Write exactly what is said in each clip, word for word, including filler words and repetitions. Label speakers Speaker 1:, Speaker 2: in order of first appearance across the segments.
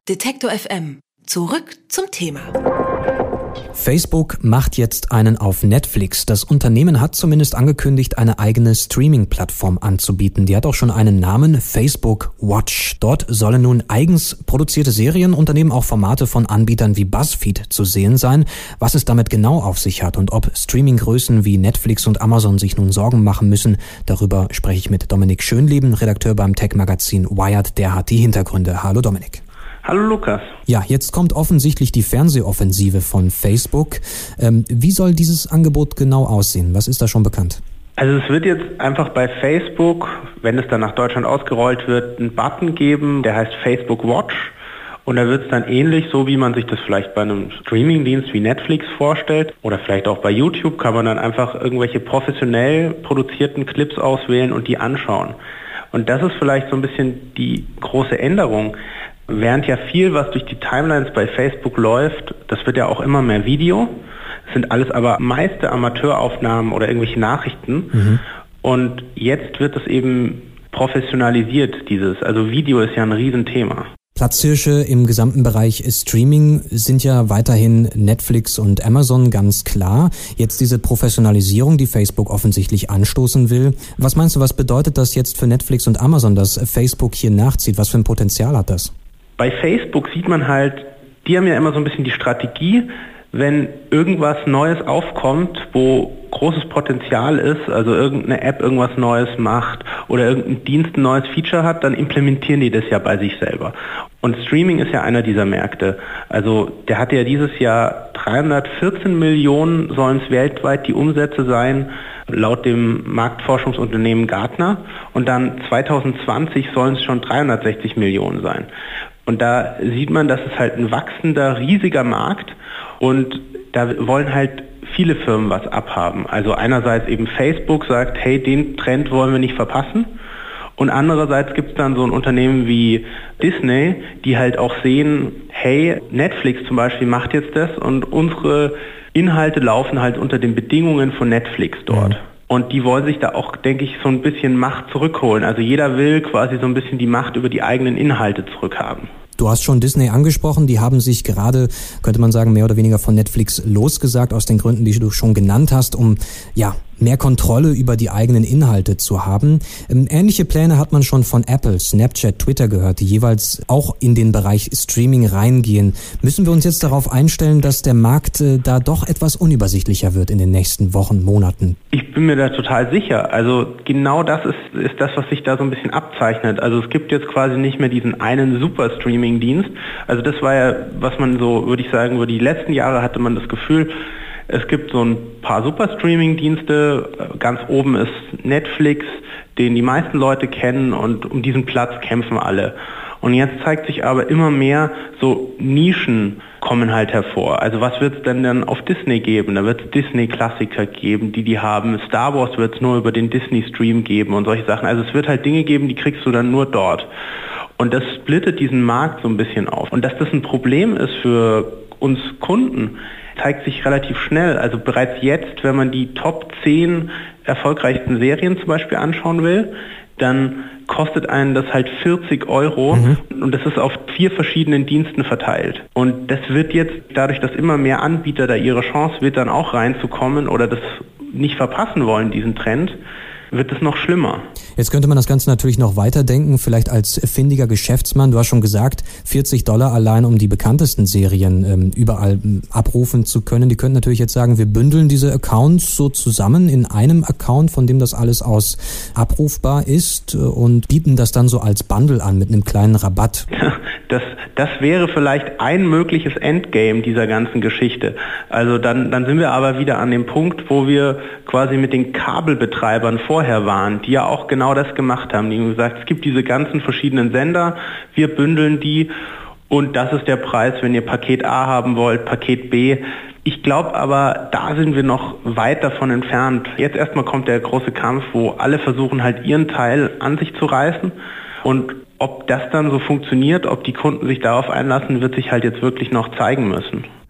Speaker 1: Detektor F M. Zurück zum Thema.
Speaker 2: Facebook macht jetzt einen auf Netflix. Das Unternehmen hat zumindest angekündigt, eine eigene Streaming-Plattform anzubieten. Die hat auch schon einen Namen, Facebook Watch. Dort sollen nun eigens produzierte Serien und daneben auch Formate von Anbietern wie BuzzFeed zu sehen sein. Was es damit genau auf sich hat und ob Streaming-Größen wie Netflix und Amazon sich nun Sorgen machen müssen, darüber spreche ich mit Dominik Schönleben, Redakteur beim Tech-Magazin Wired. Der hat die Hintergründe. Hallo Dominik.
Speaker 3: Hallo Lukas.
Speaker 2: Ja, jetzt kommt offensichtlich die Fernsehoffensive von Facebook. Ähm, wie soll dieses Angebot genau aussehen? Was ist da schon bekannt?
Speaker 3: Also es wird jetzt einfach bei Facebook, wenn es dann nach Deutschland ausgerollt wird, einen Button geben, der heißt Facebook Watch. Und da wird es dann ähnlich, so wie man sich das vielleicht bei einem Streamingdienst wie Netflix vorstellt oder vielleicht auch bei YouTube, kann man dann einfach irgendwelche professionell produzierten Clips auswählen und die anschauen. Und das ist vielleicht so ein bisschen die große Änderung. Während ja viel, was durch die Timelines bei Facebook läuft, das wird ja auch immer mehr Video. Das sind alles aber meiste Amateuraufnahmen oder irgendwelche Nachrichten. Mhm. Und jetzt wird es eben professionalisiert, dieses. Also Video ist ja ein Riesenthema.
Speaker 2: Platzhirsche im gesamten Bereich Streaming sind ja weiterhin Netflix und Amazon, ganz klar. Jetzt diese Professionalisierung, die Facebook offensichtlich anstoßen will. Was meinst du, was bedeutet das jetzt für Netflix und Amazon, dass Facebook hier nachzieht? Was für ein Potenzial hat das?
Speaker 3: Bei Facebook sieht man halt, die haben ja immer so ein bisschen die Strategie, wenn irgendwas Neues aufkommt, wo großes Potenzial ist, also irgendeine App irgendwas Neues macht oder irgendein Dienst ein neues Feature hat, dann implementieren die das ja bei sich selber. Und Streaming ist ja einer dieser Märkte. Also der hatte ja dieses Jahr dreihundertvierzehn Millionen sollen es weltweit die Umsätze sein, laut dem Marktforschungsunternehmen Gartner. Und dann zwanzig zwanzig sollen es schon dreihundertsechzig Millionen sein. Und da sieht man, das ist halt ein wachsender, riesiger Markt und da wollen halt viele Firmen was abhaben. Also einerseits eben Facebook sagt, hey, den Trend wollen wir nicht verpassen. Und andererseits gibt es dann so ein Unternehmen wie Disney, die halt auch sehen, hey, Netflix zum Beispiel macht jetzt das und unsere Inhalte laufen halt unter den Bedingungen von Netflix dort. Mhm. Und die wollen sich da auch, denke ich, so ein bisschen Macht zurückholen. Also jeder will quasi so ein bisschen die Macht über die eigenen Inhalte zurückhaben.
Speaker 2: Du hast schon Disney angesprochen, die haben sich gerade, könnte man sagen, mehr oder weniger von Netflix losgesagt, aus den Gründen, die du schon genannt hast, um ja mehr Kontrolle über die eigenen Inhalte zu haben. Ähm, ähnliche Pläne hat man schon von Apple, Snapchat, Twitter gehört, die jeweils auch in den Bereich Streaming reingehen. Müssen wir uns jetzt darauf einstellen, dass der Markt äh, da doch etwas unübersichtlicher wird in den nächsten Wochen, Monaten?
Speaker 3: Ich bin mir da total sicher. Also genau das ist, ist das, was sich da so ein bisschen abzeichnet. Also es gibt jetzt quasi nicht mehr diesen einen Super-Streaming-Dienst. Also das war ja, was man so, würde ich sagen, über die letzten Jahre hatte man das Gefühl, es gibt so ein paar Super-Streaming-Dienste. Ganz oben ist Netflix, den die meisten Leute kennen und um diesen Platz kämpfen alle. Und jetzt zeigt sich aber immer mehr, so Nischen kommen halt hervor. Also was wird es denn dann auf Disney geben? Da wird es Disney-Klassiker geben, die die haben. Star Wars wird es nur über den Disney-Stream geben und solche Sachen. Also es wird halt Dinge geben, die kriegst du dann nur dort. Und das splittet diesen Markt so ein bisschen auf. Und dass das ein Problem ist für uns Kunden, zeigt sich relativ schnell. Also bereits jetzt, wenn man die Top zehn erfolgreichsten Serien zum Beispiel anschauen will, dann kostet einen das halt vierzig Euro mhm. und das ist auf vier verschiedenen Diensten verteilt. Und das wird jetzt, dadurch, dass immer mehr Anbieter da ihre Chance wird, dann auch reinzukommen oder das nicht verpassen wollen, diesen Trend, wird es noch schlimmer.
Speaker 2: Jetzt könnte man das Ganze natürlich noch weiterdenken, vielleicht als findiger Geschäftsmann. Du hast schon gesagt, vierzig Dollar allein, um die bekanntesten Serien ähm, überall ähm, abrufen zu können. Die könnten natürlich jetzt sagen, wir bündeln diese Accounts so zusammen in einem Account, von dem das alles aus abrufbar ist äh, und bieten das dann so als Bundle an mit einem kleinen Rabatt.
Speaker 3: Das, das wäre vielleicht ein mögliches Endgame dieser ganzen Geschichte. Also dann, dann sind wir aber wieder an dem Punkt, wo wir quasi mit den Kabelbetreibern vorher waren, die ja auch genau das gemacht haben. Die haben gesagt, es gibt diese ganzen verschiedenen Sender, wir bündeln die und das ist der Preis, wenn ihr Paket A haben wollt, Paket B. Ich glaube aber, da sind wir noch weit davon entfernt. Jetzt erstmal kommt der große Kampf, wo alle versuchen halt ihren Teil an sich zu reißen. Und ob das dann so funktioniert, ob die Kunden sich darauf einlassen, wird sich halt jetzt wirklich noch zeigen müssen.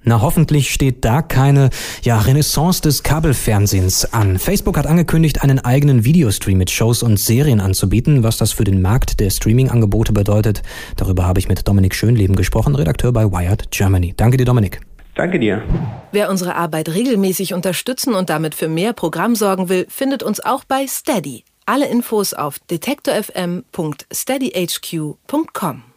Speaker 2: Na, hoffentlich steht da keine ja, Renaissance des Kabelfernsehens an. Facebook hat angekündigt, einen eigenen Videostream mit Shows und Serien anzubieten. Was das für den Markt der Streaming-Angebote bedeutet, darüber habe ich mit Dominik Schönleben gesprochen, Redakteur bei Wired Germany. Danke dir, Dominik.
Speaker 3: Danke dir.
Speaker 1: Wer unsere Arbeit regelmäßig unterstützen und damit für mehr Programm sorgen will, findet uns auch bei Steady. Alle Infos auf detektor f m punkt steady h q punkt com.